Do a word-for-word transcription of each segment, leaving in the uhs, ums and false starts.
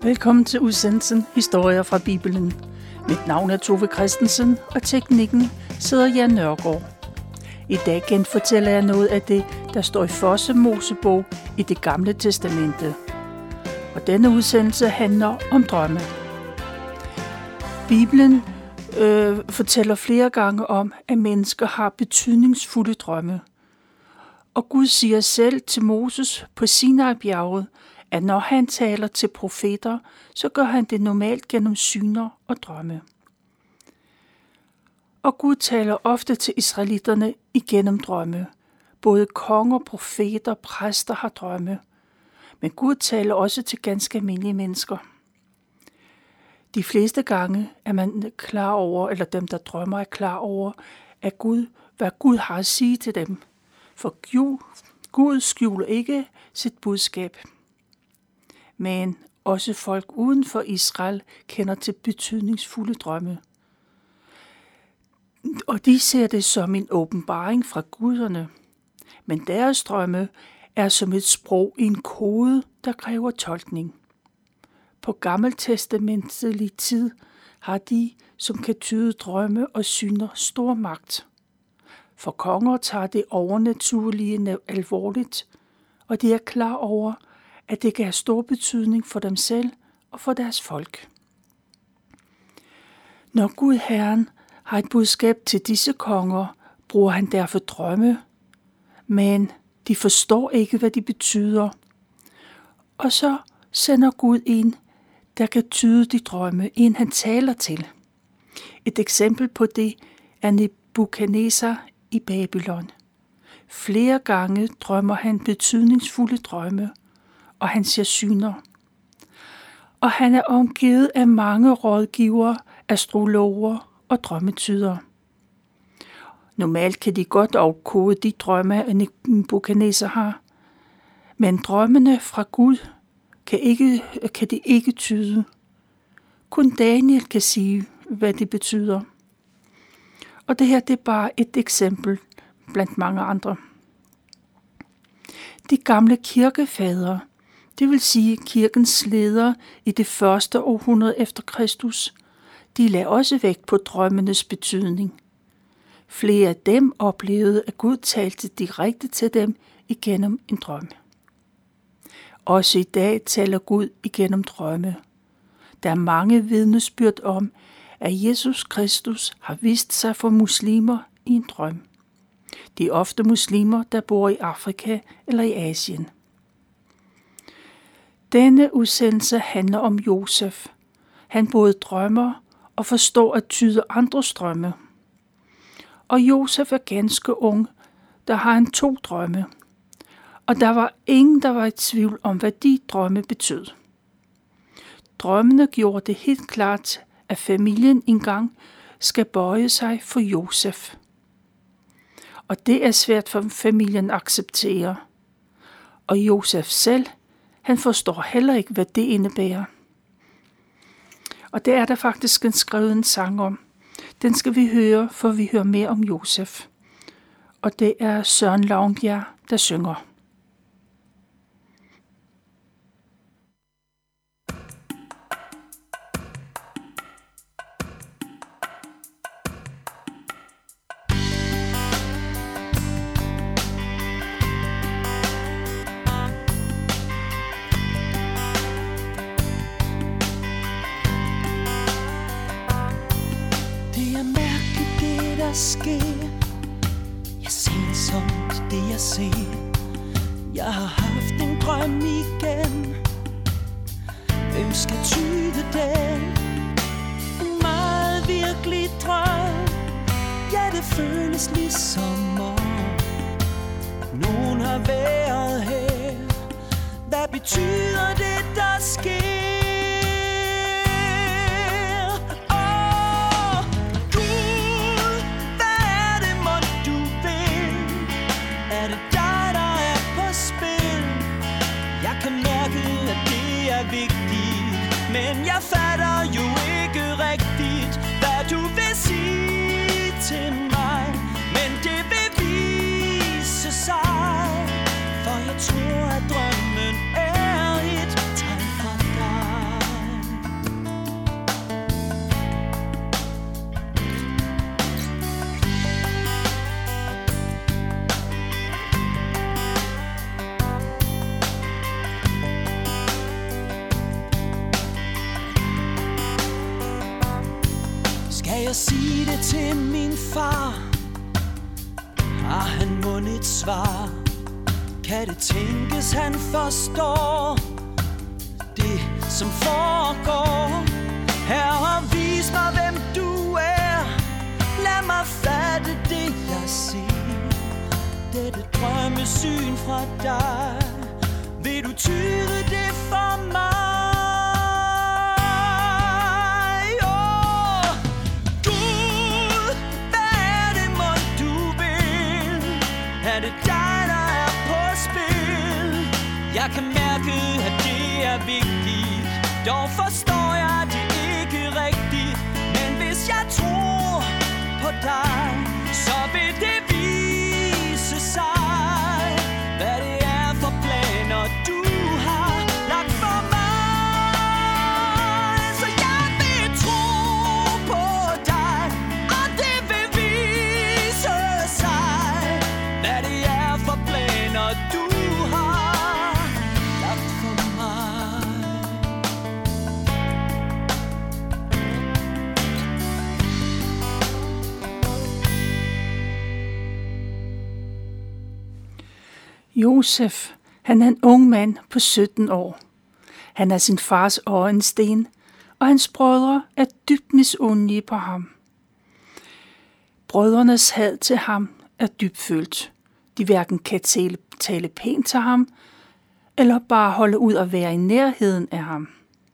Velkommen til udsendelsen Historier fra Bibelen. Mit navn er Tove Christensen, og teknikken sidder Jan Nørgaard. I dag genfortæller jeg noget af det, der står i Første Mosebog i Det Gamle Testamente. Og denne udsendelse handler om drømme. Bibelen øh, fortæller flere gange om, at mennesker har betydningsfulde drømme. Og Gud siger selv til Moses på Sinai-bjerget, at når han taler til profeter, så gør han det normalt gennem syner og drømme. Og Gud taler ofte til israelitterne igennem drømme. Både konger, profeter og præster har drømme. Men Gud taler også til ganske almindelige mennesker. De fleste gange er man klar over, eller dem, der drømmer, er klar over, at Gud, hvad Gud har at sige til dem. For Gud skjuler ikke sit budskab. Men også folk uden for Israel kender til betydningsfulde drømme. Og de ser det som en åbenbaring fra guderne. Men deres drømme er som et sprog i en kode, der kræver tolkning. På gammeltestamentlig tid har de, som kan tyde drømme og syner, stor magt. For konger tager det overnaturlige alvorligt, og de er klar over, at det kan have stor betydning for dem selv og for deres folk. Når Gud Herren har et budskab til disse konger, bruger han derfor drømme, men de forstår ikke, hvad de betyder. Og så sender Gud en, der kan tyde de drømme, en han taler til. Et eksempel på det er Nebukadnesar i Babylon. Flere gange drømmer han betydningsfulde drømme, og han ser syner. Og han er omgivet af mange rådgivere, astrologer og drømmetyder. Normalt kan de godt afkode de drømme, Nebukadnesar har, men drømmene fra Gud kan, ikke, kan de ikke tyde. Kun Daniel kan sige, hvad det betyder. Og det her det er bare et eksempel blandt mange andre. De gamle kirkefader, det vil sige kirkens ledere i det første århundrede efter Kristus, de lagde også vægt på drømmenes betydning. Flere af dem oplevede, at Gud talte direkte til dem igennem en drøm. Også i dag taler Gud igennem drømme. Der er mange vidnesbyrd om, at Jesus Kristus har vist sig for muslimer i en drøm. De er ofte muslimer, der bor i Afrika eller i Asien. Denne udsendelse handler om Josef. Han både drømmer og forstår at tyde andres drømme. Og Josef er ganske ung, der har han to drømme. Og der var ingen, der var i tvivl om, hvad de drømme betød. Drømmene gjorde det helt klart, at familien engang skal bøje sig for Josef. Og det er svært for familien at acceptere. Og Josef selv, han forstår heller ikke, hvad det indebærer. Og det er der faktisk en skrevet en sang om. Den skal vi høre, for vi hører mere om Josef. Og det er Søren Lavnbjerg, der synger. Sker. Jeg ser som det jeg ser. Jeg har haft en drøm igen. Hvem skal tyde den? En meget virkelig drøm. Ja, det føles ligesom om nogen har været her. Hvad betyder det, der sker? Men jeg fatter jo ikke rigtigt, hvad du vil sige til mig. Men det vil vise sig, for jeg tror, at drømmen er et tegn fra dig. jeg sige det til min far? Har han mon et svar? Kan det tænkes, han forstår det, som foregår? Herre, vis mig, hvem du er. Lad mig fatte det, jeg ser. Dette drømmesyn fra dig. Vil du tyde det for mig? Oh, Gud, hvad er det, mon du vil? Er det dig, der er på spil? Jeg kan mærke, at det er vigtigt. Dog forstår jeg det ikke rigtigt. Men hvis jeg tror på dig, så vil det vise sig, hvad det er for planer du har lagt for mig. Så jeg vil tro på dig, og det vil vise sig, hvad det er for planer du har lagt for mig. Josef, han er en ung mand på sytten år. Han er sin fars øjensten, og hans brødre er dybt misundelige på ham. Brødrenes had til ham er dybfølt. De hverken kan tale, tale pænt til ham, eller bare holde ud og være i nærheden af ham.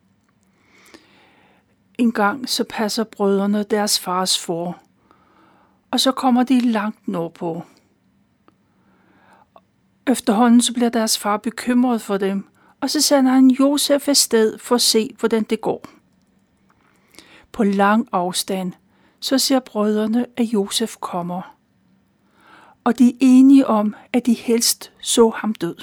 En gang så passer brødrene deres fars får, og så kommer de langt nordpå. Efterhånden så bliver deres far bekymret for dem, og så sender han Josef afsted for at se, hvordan det går. På lang afstand, så ser brødrene, at Josef kommer, og de er enige om, at de helst så ham død.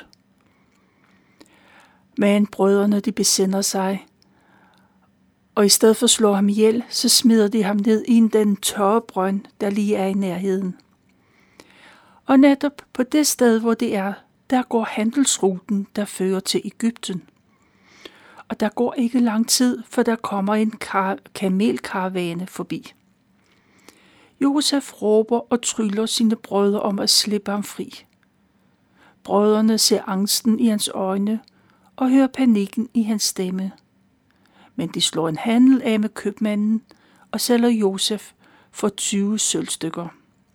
Men brødrene, de besinder sig, og i stedet for at slå ham ihjel, så smider de ham ned i den tørre brønd, der lige er i nærheden. Og netop på det sted, hvor det er, der går handelsruten, der fører til Egypten. Og der går ikke lang tid, for der kommer en kar- kamelkaravane forbi. Josef råber og tryller sine brødre om at slippe ham fri. Brødrene ser angsten i hans øjne og hører panikken i hans stemme. Men de slår en handel af med købmanden og sælger Josef for tyve sølvstykker.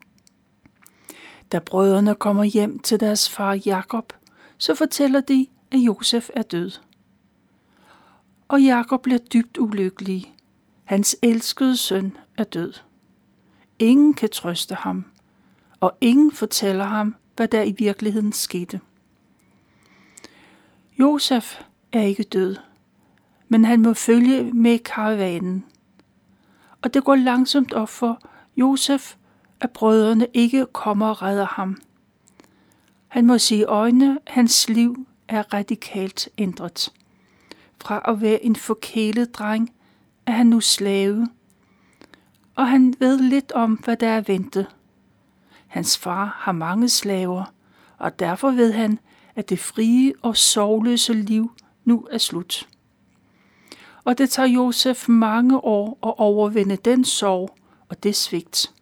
Da brødrene kommer hjem til deres far Jakob, så fortæller de, at Josef er død. Og Jakob bliver dybt ulykkelig. Hans elskede søn er død. Ingen kan trøste ham, og ingen fortæller ham, hvad der i virkeligheden skete. Josef er ikke død, men han må følge med karavanen. Og det går langsomt op for Josef, at brødrene ikke kommer og redder ham. Han må se i øjnene, at hans liv er radikalt ændret. Fra at være en forkælet dreng, er han nu slave, og han ved lidt om, hvad der er ventet. Hans far har mange slaver, og derfor ved han, at det frie og sorgløse liv nu er slut. Og det tager Josef mange år at overvinde den sorg og det svigt.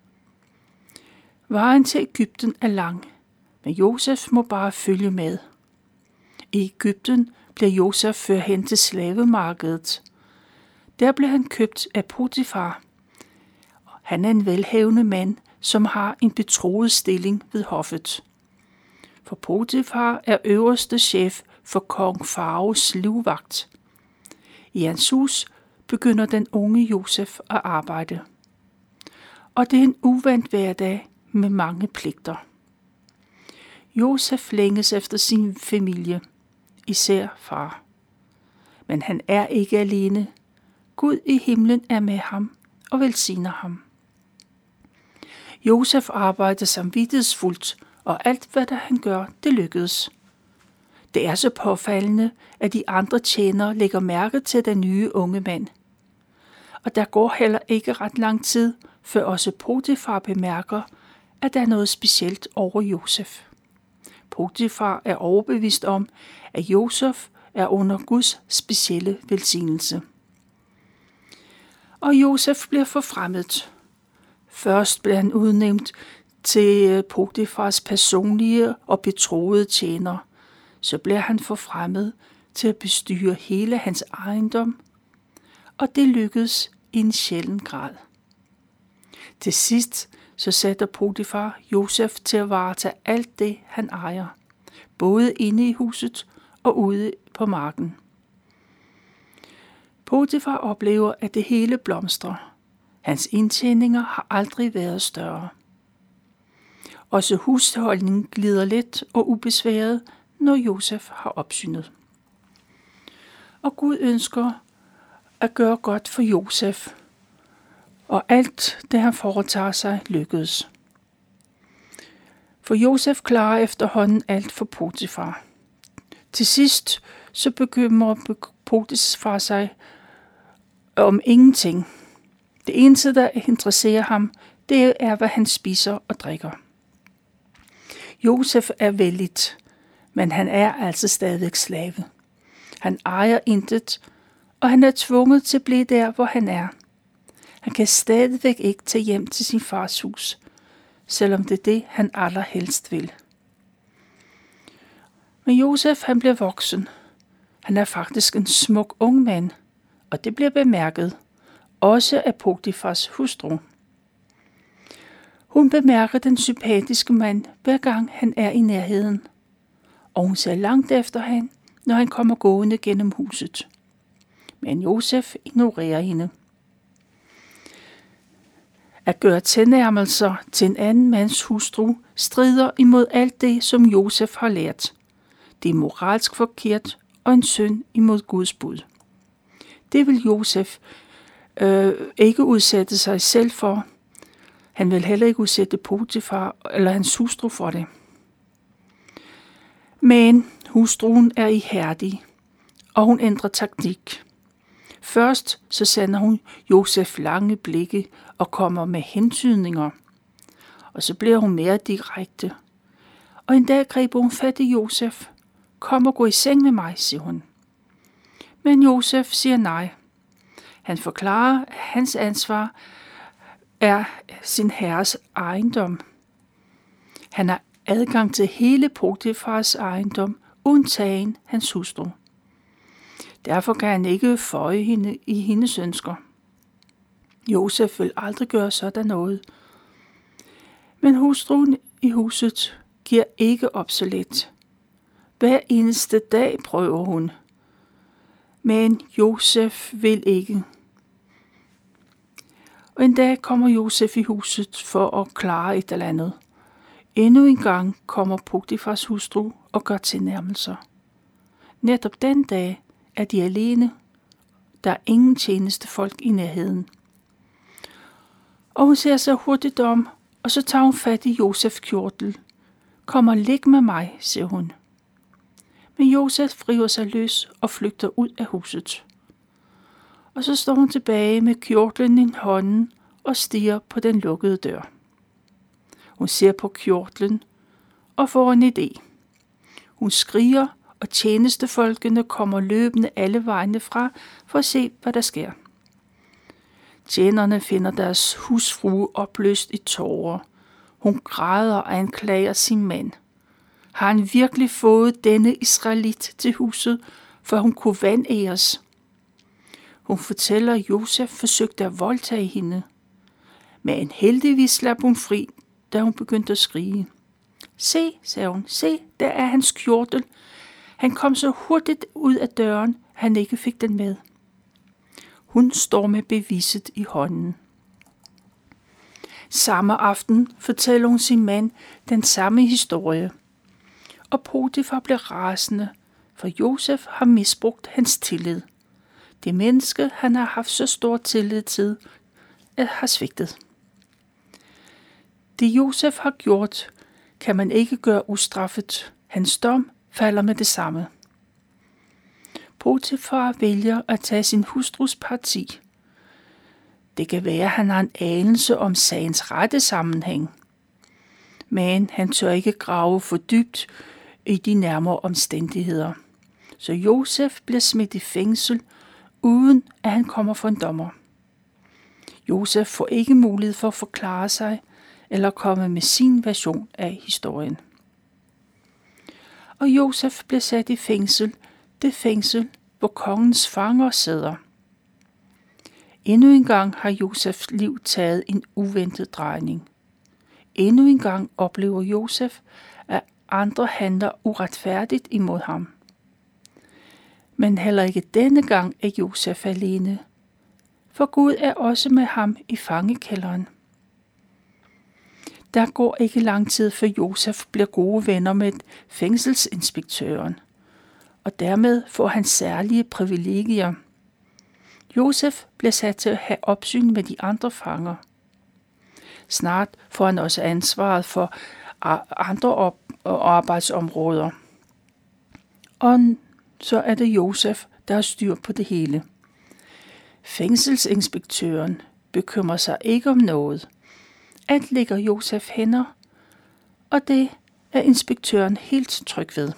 Vejen til Egypten er lang, men Josef må bare følge med. I Egypten bliver Josef ført hen til slavemarkedet. Der blev han købt af Potifar. Han er en velhavende mand, som har en betroet stilling ved hoffet. For Potifar er øverste chef for kong Faraos livvagt. I hans hus begynder den unge Josef at arbejde. Og det er en uvant hverdag med mange pligter. Josef længes efter sin familie, især far. Men han er ikke alene. Gud i himlen er med ham og velsigner ham. Josef arbejder samvittighedsfuldt, og alt hvad der han gør, det lykkedes. Det er så påfaldende, at de andre tjenere lægger mærke til den nye unge mand. Og der går heller ikke ret lang tid, før også Potifar bemærker, at der er noget specielt over Josef. Potifar er overbevist om, at Josef er under Guds specielle velsignelse. og Josef bliver forfremmet. Først bliver han udnævnt til Potifars personlige og betroede tjener. Så bliver han forfremmet til at bestyre hele hans ejendom, og det lykkedes i en sjælden grad. Til sidst så sætter Potifar Josef til at varetage alt det, han ejer, både inde i huset og ude på marken. Potifar oplever, at det hele blomstrer. Hans indtjeninger har aldrig været større. Også husholdningen glider let og ubesværet, når Josef har opsynet. Og Gud ønsker at gøre godt for Josef, og alt det han foretager sig lykkedes. For Josef klarer efterhånden alt for Potifar. Til sidst så bekymrer Potifar sig om ingenting. Det eneste, der interesserer ham, det er, hvad han spiser og drikker. Josef er vellidt, men han er altså stadig slave. Han ejer intet, og han er tvunget til at blive der, hvor han er. Han kan stadigvæk ikke tage hjem til sin fars hus, selvom det er det, han allerhelst vil. Men Josef, han bliver voksen. Han er faktisk en smuk ung mand, og det bliver bemærket, også af Potifars hustru. Hun bemærker den sympatiske mand, hver gang han er i nærheden, og hun ser langt efter ham, når han kommer gående gennem huset. Men Josef ignorerer hende. At gøre tilnærmelser til en anden mands hustru strider imod alt det, som Josef har lært. Det er moralsk forkert og en synd imod Guds bud. Det vil Josef øh, ikke udsætte sig selv for. Han vil heller ikke udsætte Potifar eller hans hustru for det. Men hustruen er ihærdig, og hun ændrer taktik. Først så sender hun Josef lange blikke og kommer med hentydninger, og så bliver hun mere direkte. Og en dag griber hun fat i Josef. Kom og gå i seng med mig, siger hun. Men Josef siger nej. Han forklarer, at hans ansvar er sin herres ejendom. Han har adgang til hele Potifars ejendom, undtagen hans hustru. Derfor kan han ikke føje hende i hendes ønsker. Josef vil aldrig gøre sådan noget. Men hustruen i huset giver ikke op så let. Hver eneste dag prøver hun. Men Josef vil ikke. Og en dag kommer Josef i huset for at klare et eller andet. Endnu en gang kommer Potifars hustru og gør tilnærmelser. Netop den dag er de alene. Der er ingen tjenestefolk i nærheden. Og hun ser sig hurtigt om, og så tager hun fat i Josefs kjortel. Kom og lig med mig, siger hun. Men Josef river sig løs og flygter ud af huset. Og så står hun tilbage med kjortlen i hånden og stirrer på den lukkede dør. Hun ser på kjortlen og får en idé. Hun skriger, og tjenestefolkene kommer løbende alle vegne fra for at se, hvad der sker. Tjenerne finder deres husfrue opløst i tårer. Hun græder og anklager sin mand. Har han virkelig fået denne israelit til huset, for hun kunne vanæres? Hun fortæller, at Josef forsøgte at voldtage hende. Men heldigvis slap hun fri, da hun begyndte at skrige. Se, sagde hun, se, der er hans kjortel. Han kom så hurtigt ud af døren, han ikke fik den med. Hun står med beviset i hånden. Samme aften fortæller hun sin mand den samme historie. Og Potifar blev rasende, for Josef har misbrugt hans tillid. Det menneske, han har haft så stor tillid til, har svigtet. Det Josef har gjort, kan man ikke gøre ustraffet. Hans dom falder med det samme. Potifar vælger at tage sin hustrus parti. Det kan være, at han har en anelse om sagens rette sammenhæng. Men han tør ikke grave for dybt i de nærmere omstændigheder. Så Josef bliver smidt i fængsel, uden at han kommer for en dommer. Josef får ikke mulighed for at forklare sig eller komme med sin version af historien. Og Josef bliver sat i fængsel, det fængsel, hvor kongens fanger sidder. Endnu en gang har Josefs liv taget en uventet drejning. Endnu en gang oplever Josef, at andre handler uretfærdigt imod ham. Men heller ikke denne gang er Josef alene, for Gud er også med ham i fangekælderen. Der går ikke lang tid, før Josef bliver gode venner med fængselsinspektøren, og dermed får han særlige privilegier. Josef bliver sat til at have opsyn med de andre fanger. Snart får han også ansvaret for andre op- arbejdsområder. Og så er det Josef, der har styr på det hele. Fængselsinspektøren bekymrer sig ikke om noget. Alt ligger Josef hænder, og det er inspektøren helt tryg ved.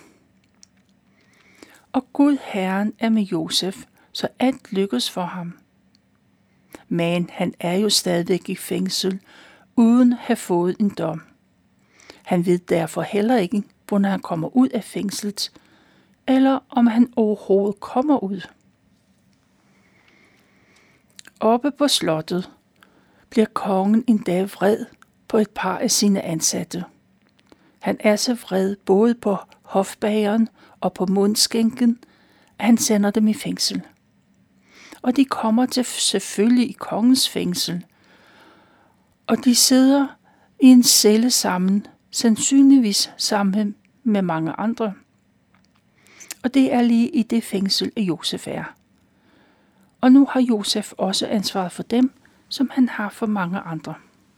Og Gud Herren er med Josef, så alt lykkes for ham. Men han er jo stadigvæk i fængsel, uden at have fået en dom. Han ved derfor heller ikke, hvornår han kommer ud af fængslet, eller om han overhovedet kommer ud. Oppe på slottet bliver kongen en dag vred på et par af sine ansatte. Han er så vred både på hofbageren og på mundskænken, at han sender dem i fængsel. Og de kommer til selvfølgelig i kongens fængsel, og de sidder i en celle sammen, sandsynligvis sammen med mange andre. Og det er lige i det fængsel, at Josef er. Og nu har Josef også ansvaret for dem, som han har for mange andre.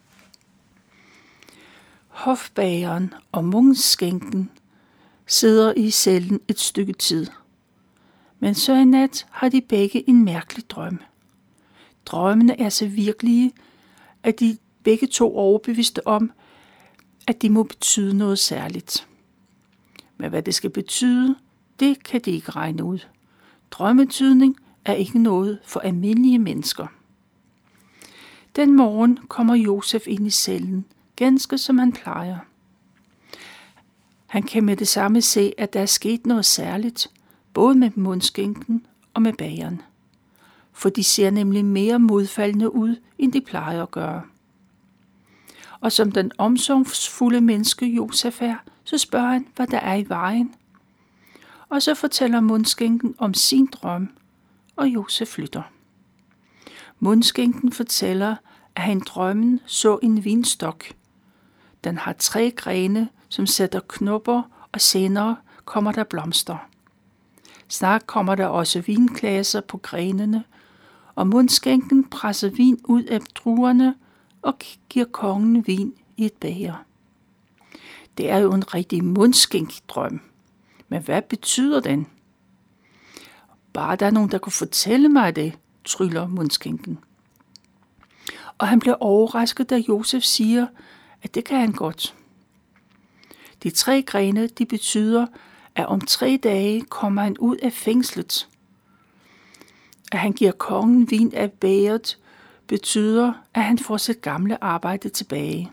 Hofbageren og mundskænken sidder i cellen et stykke tid. Men så en nat har de begge en mærkelig drøm. Drømmene er så virkelige, at de begge to overbeviste om, at de må betyde noget særligt. Men hvad det skal betyde, det kan de ikke regne ud. Drømmetydning er ikke noget for almindelige mennesker. Den morgen kommer Josef ind i cellen, ganske som han plejer. Han kan med det samme se, at der er sket noget særligt, både med mundskænken og med bageren. For de ser nemlig mere modfaldende ud, end de plejer at gøre. Og som den omsorgsfulde menneske Josef er, så spørger han, hvad der er i vejen. Og så fortæller mundskænken om sin drøm, og Josef lytter. Mundskænken fortæller, at han i drømmen så en vinstok. Den har tre grene, som sætter knopper, og senere kommer der blomster. Snart kommer der også vinklasser på grenene, og mundskænken presser vin ud af druerne og giver kongen vin i et bæger. Det er jo en rigtig mundskænkdrøm. Men hvad betyder den? Bare der er nogen, der kunne fortælle mig det, tryller mundskænken. Og han bliver overrasket, da Josef siger, at det kan han godt. De tre grene, de betyder, at om tre dage kommer han ud af fængslet. At han giver kongen vin af bægeret, betyder, at han får sit gamle arbejde tilbage.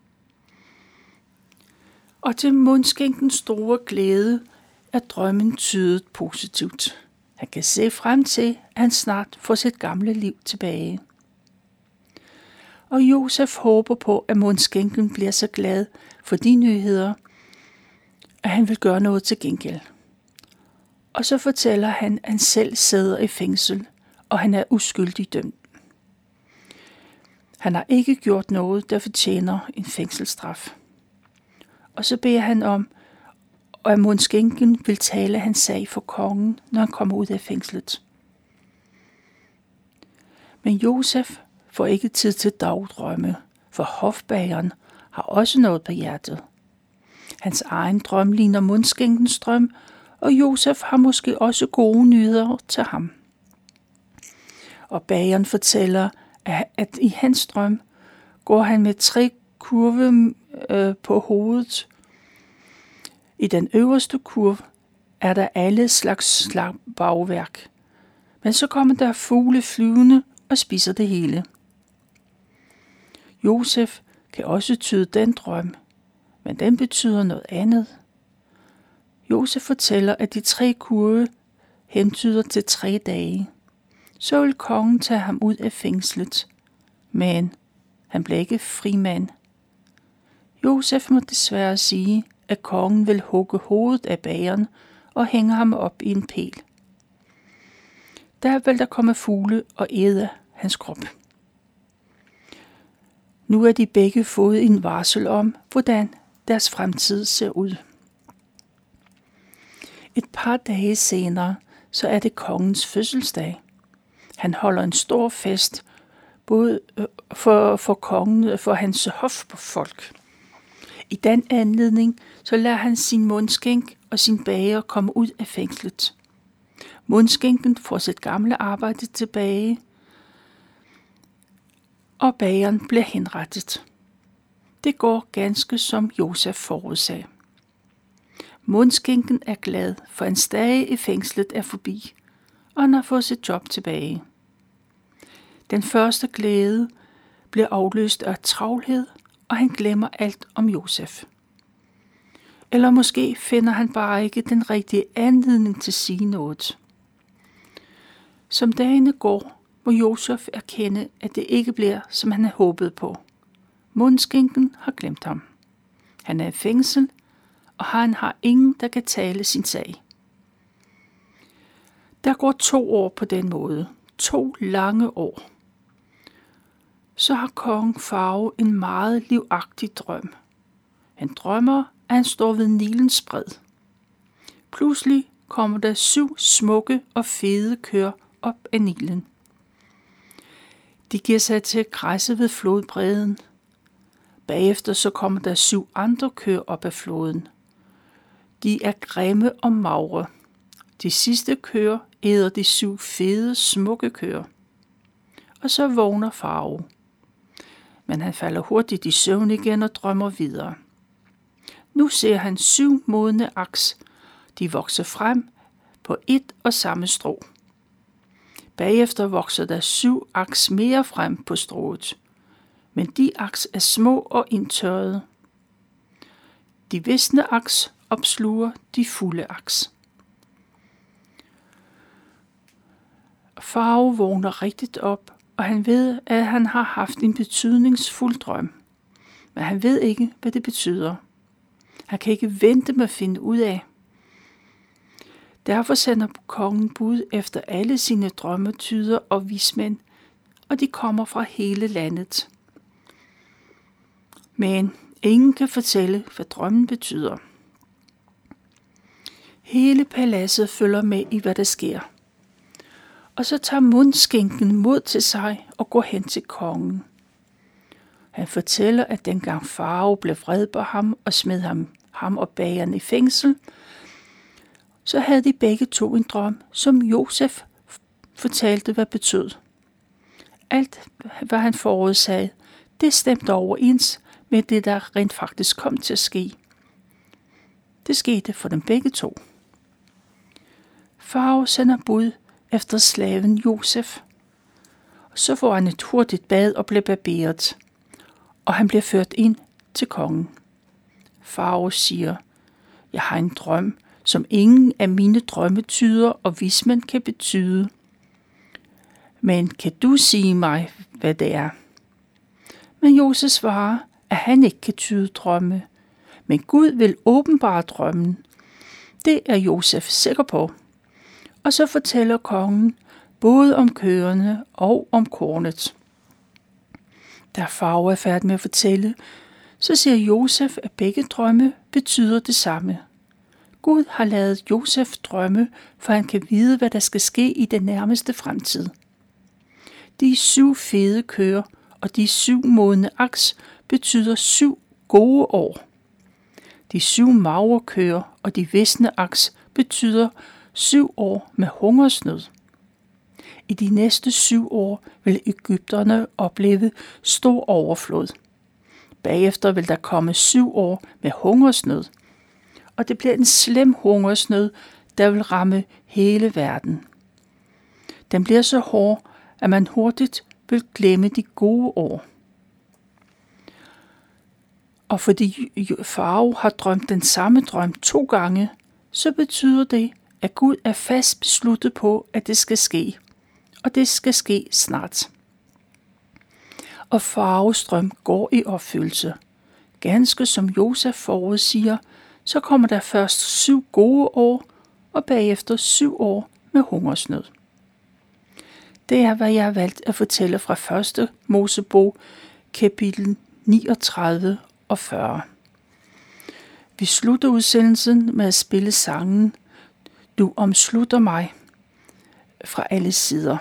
Og til mundskænkens store glæde er drømmen tydet positivt. Han kan se frem til, at han snart får sit gamle liv tilbage. Og Josef håber på, at mundskænken bliver så glad for de nyheder, at han vil gøre noget til gengæld. Og så fortæller han, at han selv sidder i fængsel, og han er uskyldig dømt. Han har ikke gjort noget, der fortjener en fængselsstraf. Og så beder han om, at mundskænken vil tale hans sag for kongen, når han kommer ud af fængslet. Men Josef får ikke tid til dagdrømme, for hofbageren har også noget på hjertet. Hans egen drøm ligner mundskænkens drøm, og Josef har måske også gode nyheder til ham. Og bageren fortæller, at i hans drøm går han med tre kurve øh, på hovedet. I den øverste kurv er der alle slags slag bagværk. Men så kommer der fugle flyvende og spiser det hele. Josef kan også tyde den drøm, men den betyder noget andet. Josef fortæller, at de tre kurve hentyder til tre dage. Så vil kongen tage ham ud af fængslet, men han blev ikke frimand. Josef må desværre sige, at kongen vil hugge hovedet af bageren og hænge ham op i en pæl. Der vil der komme fugle og æde hans krop. Nu er de begge fået en varsel om, hvordan deres fremtid ser ud. Et par dage senere, så er det kongens fødselsdag. Han holder en stor fest, både for, for kongen og for hans hoffolk. I den anledning, så lader han sin mundskænk og sin bager komme ud af fængslet. Mundskænken får sit gamle arbejde tilbage, og bageren bliver henrettet. Det går ganske som Josef forudsagde. Mundskænken er glad, for hans dage i fængslet er forbi, og han har fået sit job tilbage. Den første glæde bliver afløst af travlhed, og han glemmer alt om Josef. Eller måske finder han bare ikke den rigtige anledning til at sige noget. Som dagene går, må Josef erkende, at det ikke bliver, som han havde håbet på. Mundskænken har glemt ham. Han er i fængsel, og han har ingen, der kan tale sin sag. Der går to år på den måde. To lange år. Så har kongen Farao en meget livagtig drøm. Han drømmer, at han står ved Nilens bred. Pludselig kommer der syv smukke og fede køer op af Nilen. De giver sig til at græsse ved flodbredden. Bagefter så kommer der syv andre køer op af floden. De er grimme og magre. De sidste køer æder de syv fede, smukke køer. Og så vågner Farao. Men han falder hurtigt i søvn igen og drømmer videre. Nu ser han syv modne aks. De vokser frem på et og samme strå. Bagefter vokser der syv aks mere frem på strået. Men de aks er små og indtørrede. De visne aks opsluger de fulde aks. Farao vågner rigtigt op, og han ved, at han har haft en betydningsfuld drøm. Men han ved ikke, hvad det betyder. Han kan ikke vente med at finde ud af. Derfor sender kongen bud efter alle sine drømmetyder og vismænd, og de kommer fra hele landet. Men ingen kan fortælle, hvad drømmen betyder. Hele paladset følger med i, hvad der sker. Og så tager mundskænken mod til sig og går hen til kongen. Han fortæller, at dengang Farao blev vred på ham og smed ham, ham og bageren i fængsel, så havde de begge to en drøm, som Josef fortalte, hvad betød. Alt, hvad han forudsagde, det stemte overens med det, der rent faktisk kom til at ske. Det skete for dem begge to. Farao sender bud efter slaven Josef. Så får han et hurtigt bad og bliver barberet, og han bliver ført ind til kongen. Farao siger, jeg har en drøm, som ingen af mine drømmetyder og vismænd kan betyde. Men kan du sige mig, hvad det er? Men Josef svarer, at han ikke kan tyde drømme, men Gud vil åbenbare drømmen. Det er Josef sikker på. Og så fortæller kongen både om køerne og om kornet. Da Farao er færdig med at fortælle, så siger Josef, at begge drømme betyder det samme. Gud har ladet Josef drømme, for han kan vide, hvad der skal ske i den nærmeste fremtid. De syv fede køer og de syv modne aks betyder syv gode år. De syv magre køer og de visne aks betyder syv år med hungersnød. I de næste syv år vil egypterne opleve stor overflod. Bagefter vil der komme syv år med hungersnød, og det bliver en slem hungersnød, der vil ramme hele verden. Den bliver så hård, at man hurtigt vil glemme de gode år. Og fordi Farao har drømt den samme drøm to gange, så betyder det, at Gud er fast besluttet på, at det skal ske. Og det skal ske snart. Og Faraos drøm går i opfyldelse. Ganske som Josef forudsiger, så kommer der først syv gode år, og bagefter syv år med hungersnød. Det er, hvad jeg har valgt at fortælle fra første Mosebog, kapitel niogtredive og fyrre. Vi slutter udsendelsen med at spille sangen Du omslutter mig fra alle sider.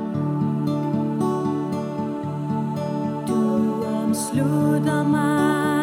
Slutter mig